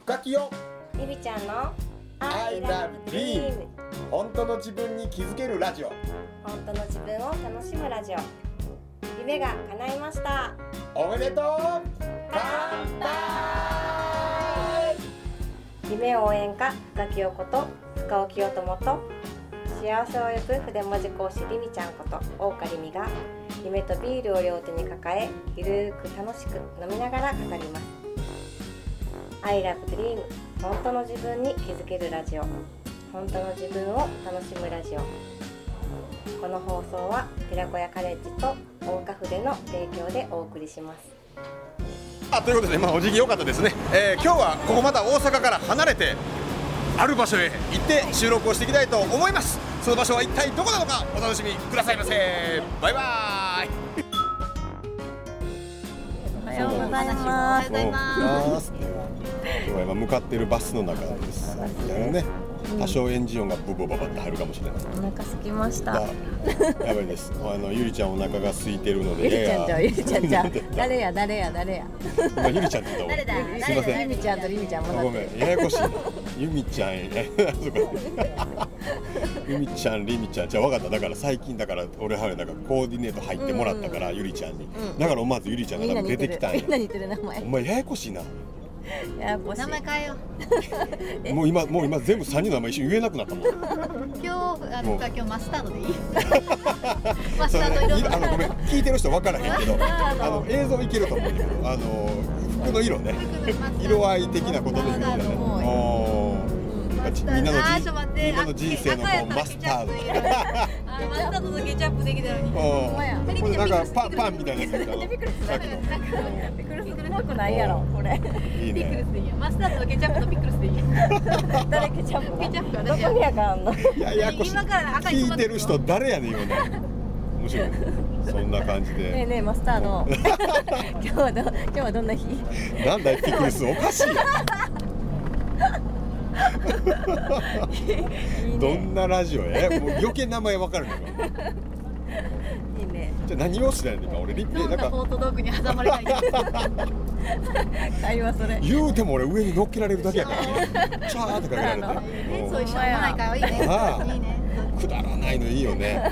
深きよゆりちゃんの I love dream 本当の自分に気づけるラジオ。 本当の自分を楽しむラジオ。夢が叶いました。 おめでとう。乾杯。 夢応援歌深きよこと深尾清友と幸せを呼ぶ筆文字講師りみちゃんこと大岡りみが夢とビールを両手に抱えゆるく楽しく飲みながら語ります。 I love dream 本当の自分に気づけるラジオ。本当の自分を楽しむラジオ。この放送は寺子屋カレッジと大岡筆の提供でお送りします。 ということで、お辞儀良かったですね。今日はここまた大阪から離れてある場所へ行って収録をしていきたいと思います。その場所は一体どこなのかお楽しみくださいませ。バイバーイ。 おはようございます。 おはようございます。今日は今向かっているバスの中です。ね、多少エンジン音がブボババって入るかもしれない。 お腹空きました。 やばいです。ゆりちゃんお腹が空いてるので。 ゆりちゃんじゃ誰や。 今ゆりちゃんって言った。すいません。 ゆみちゃんとりみちゃんもごめん、ややこしいな。ゆみちゃんゆみちゃん、りみちゃん、じゃあ分かった。だから最近俺はなんかコーディネート入ってもらったからゆりちゃんに。だから思わずゆりちゃんが出てきたんや。 みんな似てる名前。 お前ややこしいな。 名前変えよう。もう今全部3人の名前一緒に言えなくなったもん。 今日マスタードでいい。マスタード色。 ごめん、聞いてる人分からへんけど、映像いけると思うんだけど、服の色ね、色合い的なことで言うんだよね。みんなの人生のマスタード。 マスタードとケチャップできたのに。 これなんかパンみたいなやつだから。 ピクルスっぽくないやろこれ。 いいね。 マスタードとケチャップとピクルスでいい。 誰ケチャップ？ ケチャップはどこにあかんの？ ややこしい。聞いてる人誰やねんよね。面白い。そんな感じで。 ねえマスタード。今日はどんな日？ なんだいピクルスおかしいよ。どんなラジオもう余計名前わかるのか。 いいね。 じゃあ何をしてないのか俺リップなんかホートドッグに挟まれない。 会話それ。 言うても俺上に乗っけられるだけやからね。チャーってかけられて。 そう一緒に飲まない会話いいね。いいね。 くだらないのいいよね。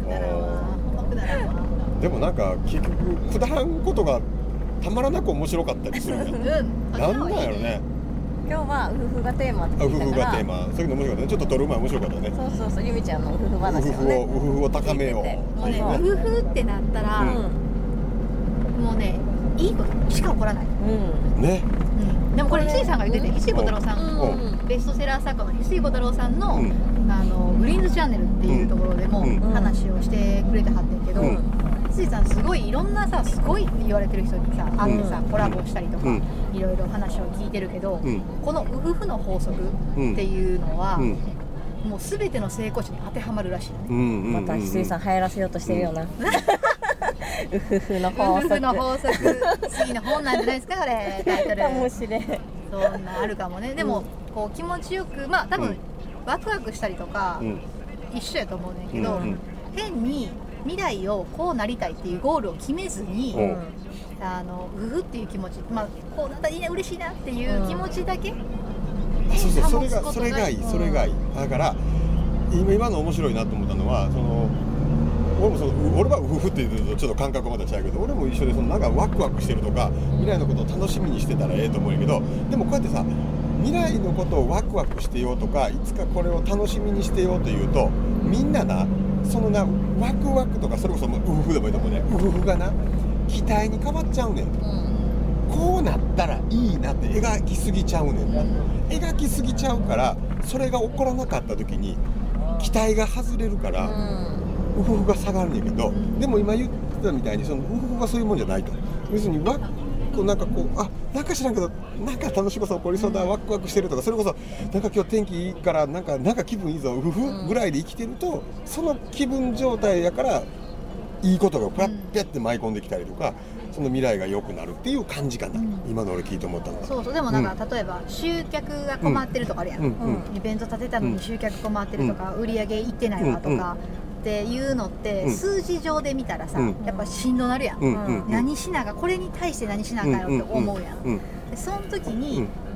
でもなんか結局くだらんことがたまらなく面白かったりするね。なんなんやろね。 今日は夫婦がテーマって言ったから。夫婦がテーマ。そういうの面白かったね。ちょっと撮る前面白かったね。 そうゆみちゃんの夫婦話をね。 夫婦を高めよう。 もうね夫婦ってなったらもうねいいことしか起こらない。 ね。 でもこれ石井さんが言ってて、石井小太郎さん、ベストセラー作家の石井小太郎さんのグリーンズチャンネルっていうところでも話をしてくれてはってんけど、石井さんすごいいろんなさすごいって言われてる人にさ会ってさコラボしたりとかいろいろ話を聞いてるけど、この夫婦の法則っていうのはもうすべての成功者に当てはまるらしい。 また石井さん流行らせようとしてるよな。夫婦の法則。 次の本なんじゃないですかこれタイトル。 かもしれん。 そんなあるかもね。でもこう気持ちよく多分ワクワクしたりとか一緒やと思うねんけど、変に未来をこうなりたいっていうゴールを決めずに、夫婦っていう気持ち、こうなったらいいな嬉しいなっていう気持ちだけ。 それがいい。だから今の面白いなと思ったのは俺は夫婦って言うとちょっと感覚まだ違うけど、俺も一緒でなんかワクワクしてるとか未来のことを楽しみにしてたらええと思うんやけど、でもこうやってさ未来のことをワクワクしてようとかいつかこれを楽しみにしてようというとみんななワクワクとかそれこそ夫婦でもいいと思うね。夫婦がな期待に変わっちゃうねん。こうなったらいいなって描きすぎちゃうねんな。描きすぎちゃうからそれが起こらなかった時に期待が外れるから夫婦が下がるんやけど、でも今言ってたみたいに夫婦がそういうもんじゃないと。要するになんか知らんけどなんか楽しいこと起こりそうだ、ワクワクしてるとか、それこそなんか今日天気いいからなんか気分いいぞ夫婦ぐらいで生きてると、その気分状態やからいいことがパッペッて舞い込んできたりとか、その未来が良くなるっていう感じかな、今の俺聞いて思ったのは。 そうでもなんか、例えば集客が困ってるとかあるやん、イベント立てたのに集客困ってるとか、売り上げいってないわとか、っていうのって、数字上で見たらさ、やっぱしんどなるやん、何しながこれに対して何しなあかんよって思うやん、でその時に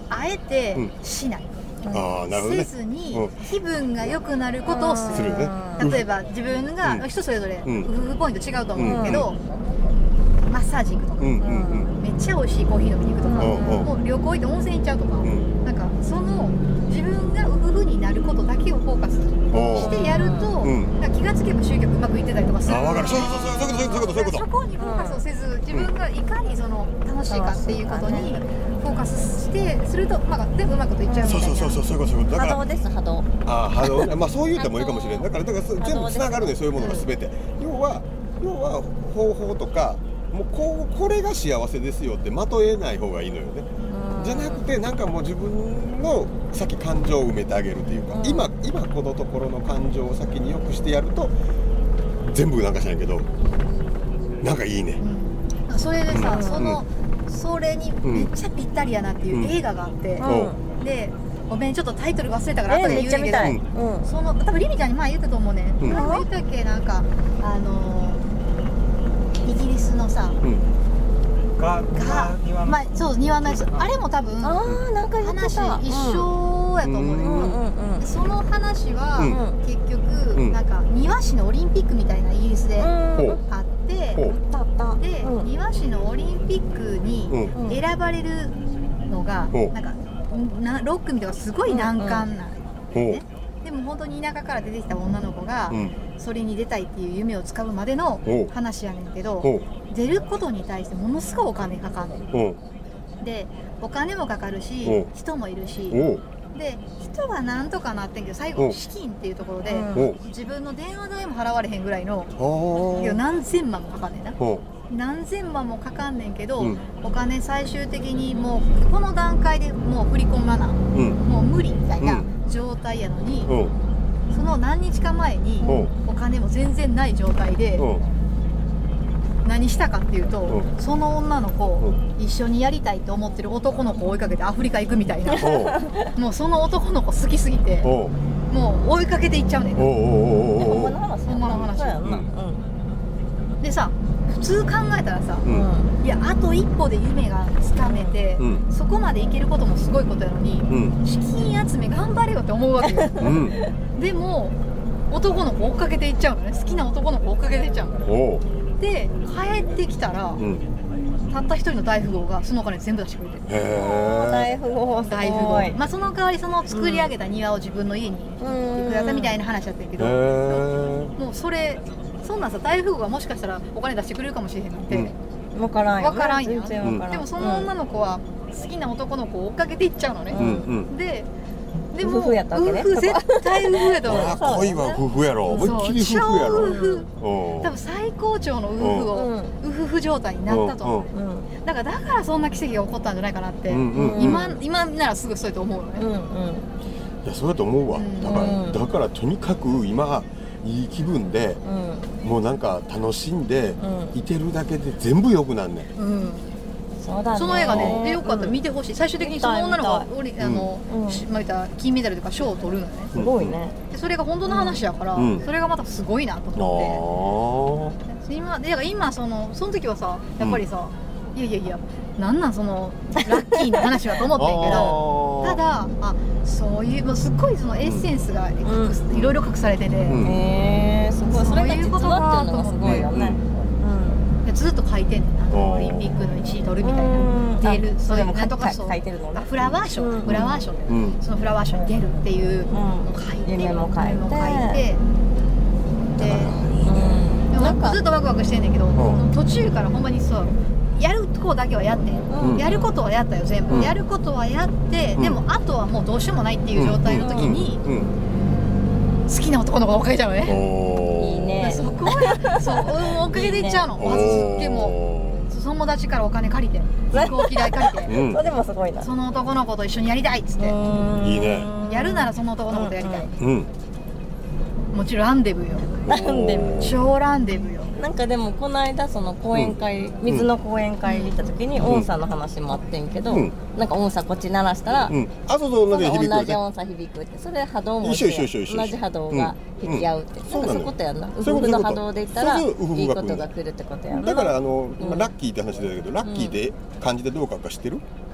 あえてしない、 ああなるほどね。 せずに気分が良くなることをする、 ね、 例えば自分が、人それぞれ夫婦ポイント違うと思うけど、マッサージ行くとか、めっちゃ美味しいコーヒー飲みに行くとか、もう旅行行って温泉行っちゃうとか、なんかその自分が夫婦になることだけをフォーカスしてやると、気がつけば集客うまくいってたりとかする。 分かる、そういうこと。 そこにフォーカスをせず、自分がいかにその楽しいかっていうことにフォーカスしてすると、全部うまいこといっちゃうみたいな。 そういうこと。だから波動です、波動。 波動、そう言ってもいいかもしれない。だから全部つながるね、そういうものが全て。要は方法とか、もうこれが幸せですよってまとえない方がいいのよね。じゃなくて、なんかもう自分の先感情を埋めてあげるというか、今このところの感情を先に良くしてやると、全部なんかしないけどなんかいいね。 それでさ、それにめっちゃぴったりやなっていう映画があって、でごめんちょっとタイトル忘れたから後で言うんだけど、その多分リミちゃんに前言ったと思うね。言ったっけ、なんかイギリスのさ、そう庭のやつ、あれも多分話一緒やと思うね。その話は結局なんか庭師のオリンピックみたいなイギリスであって、で庭師のオリンピックに選ばれるのがなんか6組とかすごい難関なんね。でも本当に田舎から出てきた女の子がそれに出たいっていう夢をつかむまでの話やねんけど、出ることに対してものすごいお金かかんねん。でお金もかかるし人もいるし、で人はなんとかなってんけど、最後資金っていうところで自分の電話代も払われへんぐらいの何千万もかかんねんな。何千万もかかんねんけど、お金最終的にもうこの段階でもう振り込まな、もう無理みたいな状態やのに、その何日か前にお金も全然ない状態で何したかっていうと、その女の子一緒にやりたいと思ってる男の子を追いかけてアフリカ行くみたいな。もうその男の子好きすぎてもう追いかけていっちゃうねん。 ほんまの話でさ、普通考えたらさ、いやあと一歩で夢がつかめて、そこまでいけることもすごいことやのに、資金集め頑張れよって思うわけよ。でも男の子追っかけていっちゃうのね。好きな男の子追っかけていっちゃうの。で帰ってきたら、たった一人の大富豪がそのお金全部出してくれてる。 大富豪、 その代わりその作り上げた庭を自分の家にいくらだみたいな話だったけど、もうそんなんさ、大富豪がもしかしたらお金出してくれるかもしれへんなんて分からんよ、 全然分からん。でもその女の子は好きな男の子を追っかけていっちゃうのね。でも夫婦やったわけね。 絶対夫婦やと思う。 恋は夫婦やろ、思いっきり夫婦やろ。 多分最高潮の夫婦状態になったと思う。だからそんな奇跡が起こったんじゃないかなって、今ならすぐそうやと思うのね。 いやそうやと思うわ。だからとにかく今いい気分で、もうなんか楽しんでいてるだけで全部良くなんねん。 その映画ね、よかったら見てほしい。最終的にその女の子が金メダルとか賞を取るのね。 すごいね。 それが本当の話やから、それがまたすごいなと思って。今その時はさ、やっぱりさ、いやなんなんそのラッキーな話はと思ってんけど、ただそういうもうすっごいそのエッセンスがいろいろ隠されてて、 すごい。それが実話っていうのがすごいよね。 ずっと書いてんねんな。オリンピックの1位取るみたいな、出る、そういうなんとか書いてるのね。 フラワーショーでそのフラワーショーに出るっていうのを書いて、 夢も書いて、でもずっとワクワクしてんねんけど、途中からほんまにそうやるとこだけはやってん、やることはやったよ全部、やることはやって、でもあとはもうどうしようもないっていう状態の時に好きな男の子が追っかけちゃうのね。 いいね。 そこは追っかけていっちゃうの。でも友達からお金借りて、飛行機代借りて、 それもすごいな。 その男の子と一緒にやりたいっつって、 いいね。 やるならその男の子とやりたい。もちろんランデブーよ。超ランデブーよ。 なんかでもこの間その講演会、水の講演会に行った時に音差の話もあってんけど、なんか音差こっち鳴らしたら、 同じ音差響くって、それ波動も一緒、同じ波動が引き合うって、なんかそういうことやんな。夫婦の波動で言ったらいいことが来るってことやんな。 だからラッキーって話だけど、ラッキーで漢字でどう書くか知ってる？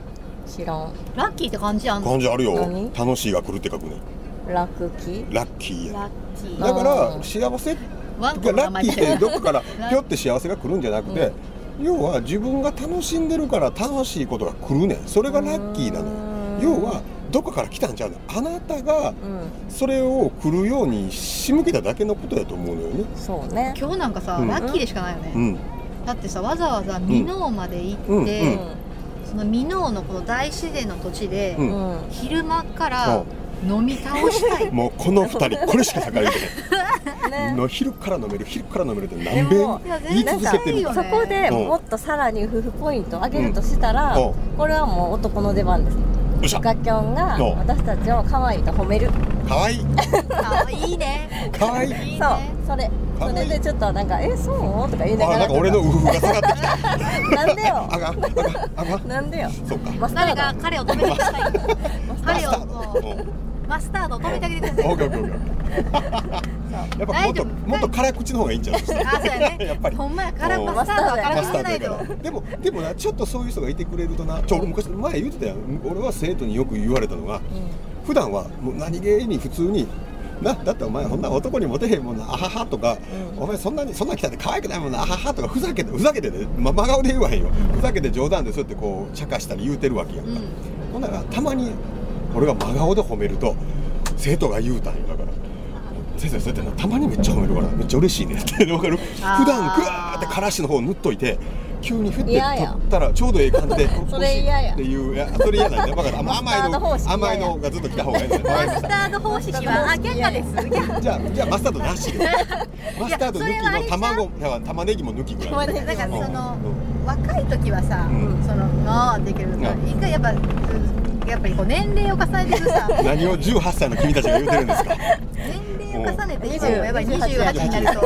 知らん。 ラッキーって感じあんの？ 感じあるよ。 何楽しいが来るって書くね。 ラッキー。 ラッキーや。 ラッキー。 だから幸せワンコの名ラッキーって前みたいな。 どこからぴょって幸せが来るんじゃなくて、要は自分が楽しんでるから楽しいことが来るねん。それがラッキーなのよ。要はどこから来たんちゃうの。あなたがそれを来るように仕向けただけのことやと思うのよね。 そうね。 今日なんかさ、ラッキーでしかないよね。 うん。 だってさ、わざわざ箕面まで行って、その箕面のこの大自然の土地で、昼間から飲み倒したい。 もうこの二人これしか逆らえてないの。昼から飲めるって何遍言い続けてる。 そこでもっとさらに夫婦ポイント上げるとしたら、これはもう男の出番です。フカキョンが私たちを可愛いと褒める。 可愛い。 可愛いね。 可愛い。 そう、それでちょっとなんかそうとか言いながら。 なんか俺のウフフが下がってきた。 なんでよ。 あが。 なんでよ。 そうか。 誰が彼を止めてください。彼をマスタードを止めてあげてください。 オッケー。やっぱもっと辛口の方がいいんちゃう。 あ、そうやね。 やっぱり。 ほんまや、マスタードは辛口じゃないと。 でもな、ちょっとそういう人がいてくれるとな。昔前言ってたよ。俺は生徒によく言われたのが、普段はもう何気に普通に。だってお前そんな男にモテへんもんな、あははとか、お前そんな来たって可愛くないもんな、あははとかふざけてね、真顔で言わへんよ。ふざけて冗談でそうやってこう茶化したり言うてるわけやんか。ほんならたまに俺が真顔で褒めると生徒が言うたんよ。だから先生そうやってたまにめっちゃ褒めるからめっちゃ嬉しいねって分かる。普段グワーってからしの方塗っといて急にふって取ったらちょうどええ感じでそれ嫌やっていう、それ嫌なんだよ。分かる。甘いのがずっと来た方がいいね。 マスタード方式は逆化です。 じゃあマスタードなしで。マスタード抜きの玉ねぎも抜きぐらい。 だからその若い時はさ、そのああできるから一回やっぱりこう年齢を重ねてるさ。 何を18歳の君たちが言うてるんですか。 年齢を重ねて今もやっぱり28になると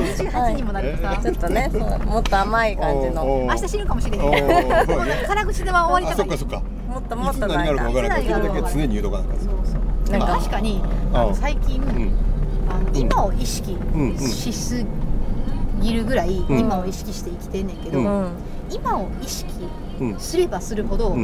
28にもなるとさ、 ちょっとね、もっと甘い感じの。 明日死ぬかもしれへん。辛口では終わりたくない。 そっか。 もっとなんか。 何があるか分からないからそれだけ常に言うとかなんか。 そう。確かに最近今を意識しすぎるぐらい今を意識して生きてんねんけど、今を意識すればするほど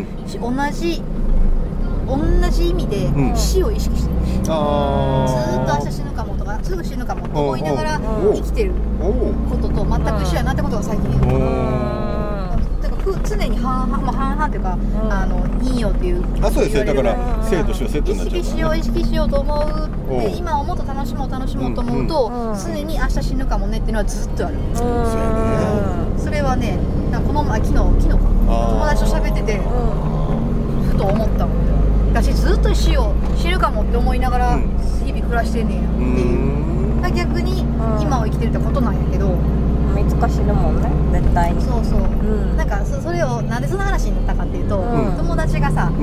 同じ意味で死を意識してる。ずーっと明日死ぬかもとかすぐ死ぬかもと思いながら生きてることと全く一緒やなってことが最近。だから常に半々というか陰陽っていう。 あ、そうですね。だから生と死はセットになっちゃうから。 意識しようと思うで今をもっと楽しもうと思うと常に明日死ぬかもねっていうのはずっとある。 そうやね。 それはね、この前昨日か友達と喋っててふと思ったもん。私ずっと死ぬかもって思いながら日々暮らしてんねんやっていう。逆に今を生きてるってことなんやけど、 いつか死ぬもんね、絶対に。 そう、なんかそれをなんでその話になったかっていうと、友達がさ、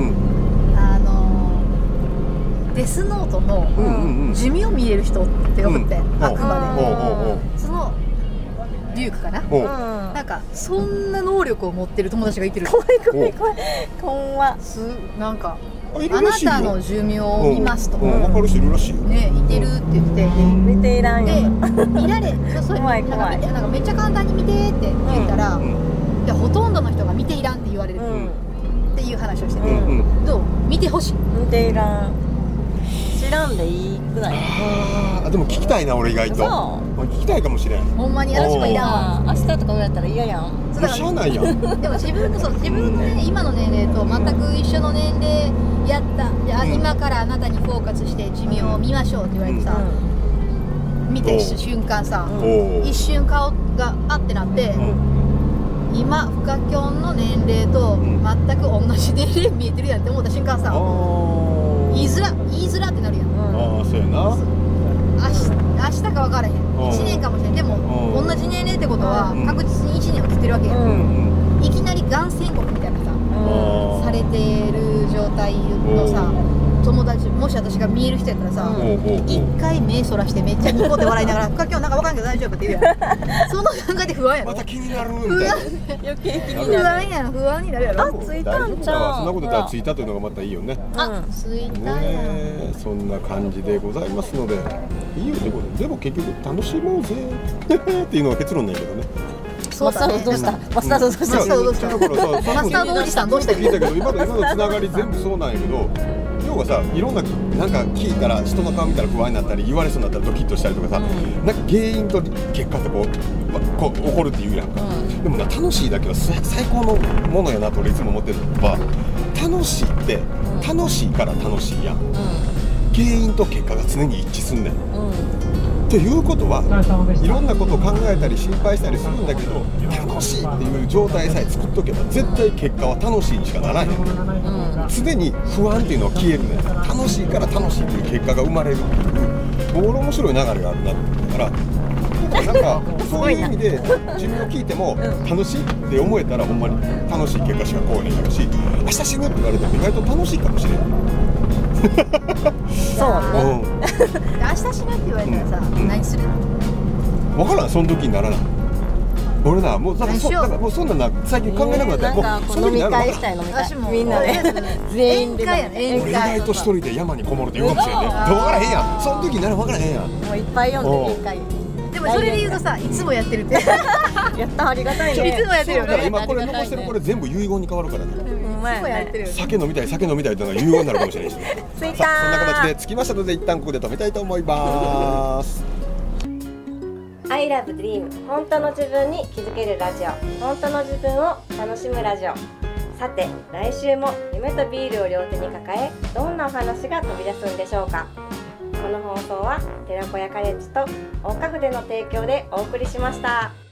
デスノートの寿命を見れる人って呼ぶって、あくまでそのデュークかな、なんかそんな能力を持ってる友達がいてる。 怖いなんかあなたの寿命を見ますと分かる人いるらしいよね、いてるって言って見ていらんよ。 で見られ怖いなんかめっちゃ簡単に見てって言ったら、でほとんどの人が見ていらんって言われるっていう話をしてて、どう見てほしい。 見ていらん、知らんでいいくらい。 でも聞きたいな、俺意外と聞きたいかもしれん。 ほんまに私もいらんわ。 明日とかぐらいやったら嫌やん。 しゃあないやん。 でも自分で今の年齢と全く一緒の年齢やったじゃあ今からあなたにフォーカスして寿命を見ましょうって言われてさ、見た瞬間さ、一瞬顔があってなって、今フカキョンの年齢と全く同じ年齢見えてるやんって思った瞬間さ、言いづらってなるやん。 そうやな。 明日か分からへん、1年かもしれん。でも同じ年齢ってことは確実に1年を切ってるわけやん。いきなりがん宣告みたいなさされてる状態のさ友達、もし私が見える人やったらさ、一回目そらしてめっちゃニコって笑いながら「今日なんか分かんけど大丈夫?」って言うやん。その段階で不安やろ。 また気になるみたいな。 余計気になる。 不安になるやろ。 ついたんちゃう。 そんなことだったらついたというのがまたいいよね。 ついたやん。 そんな感じでございますのでいいよねこれ。でも結局楽しもうぜっていうのが結論なんやけどね。 そうだね。 マスタードどうした？マスタードどうした？ マスタードどうした？マスタードおじさんどうした？ 聞いたけど今のつながり全部そうなんやけど、要はさ、いろんななんか聞いたら人の顔見たら不安になったり言われそうになったらドキッとしたりとかさ、なんか原因と結果ってこう起こるって言うやんか。でもな、楽しいだけは最高のものやなと俺いつも思ってるのは、楽しいって楽しいから楽しいやん。原因と結果が常に一致すんねん。っていうことはいろんなことを考えたり心配したりするんだけど、楽しいっていう状態さえ作っとけば絶対結果は楽しいにしかならへん。常に不安っていうのは消えるね。楽しいから楽しいっていう結果が生まれるっていう面白い流れがあるなってだからなんかそういう意味で自分を聞いても楽しいって思えたらほんまに楽しい結果しかこうへんやろし、明日死ぬって言われても意外と楽しいかもしれない。 そうね。 明日死ぬって言われたらさ、何するの？ 分からん、その時にならない。俺な、もうだからもうそんなんな最近考えなくなったら、 なんか飲み会したい飲み会。みんなで全員で俺意外と一人で山にこもるって言うかもしれんね。分からへんやん。その時になら分からへんやん。 もういっぱい読んで委員会。 でもそれで言うとさ、いつもやってるって。 やったありがたいね。 いつもやってるよだからね。 今これ残してるこれ全部遺言に変わるからね。 いつもやってるよね。 酒飲みたいっていうのが遺言になるかもしれないし。 ついたさあ、そんな形で着きましたので一旦ここで止めたいと思います。 I love dream 本当の自分に気づけるラジオ、本当の自分を楽しむラジオ。さて来週も夢とビールを両手に抱え、どんなお話が飛び出すんでしょうか。この放送は寺子屋カレッジと大花筆の提供でお送りしました。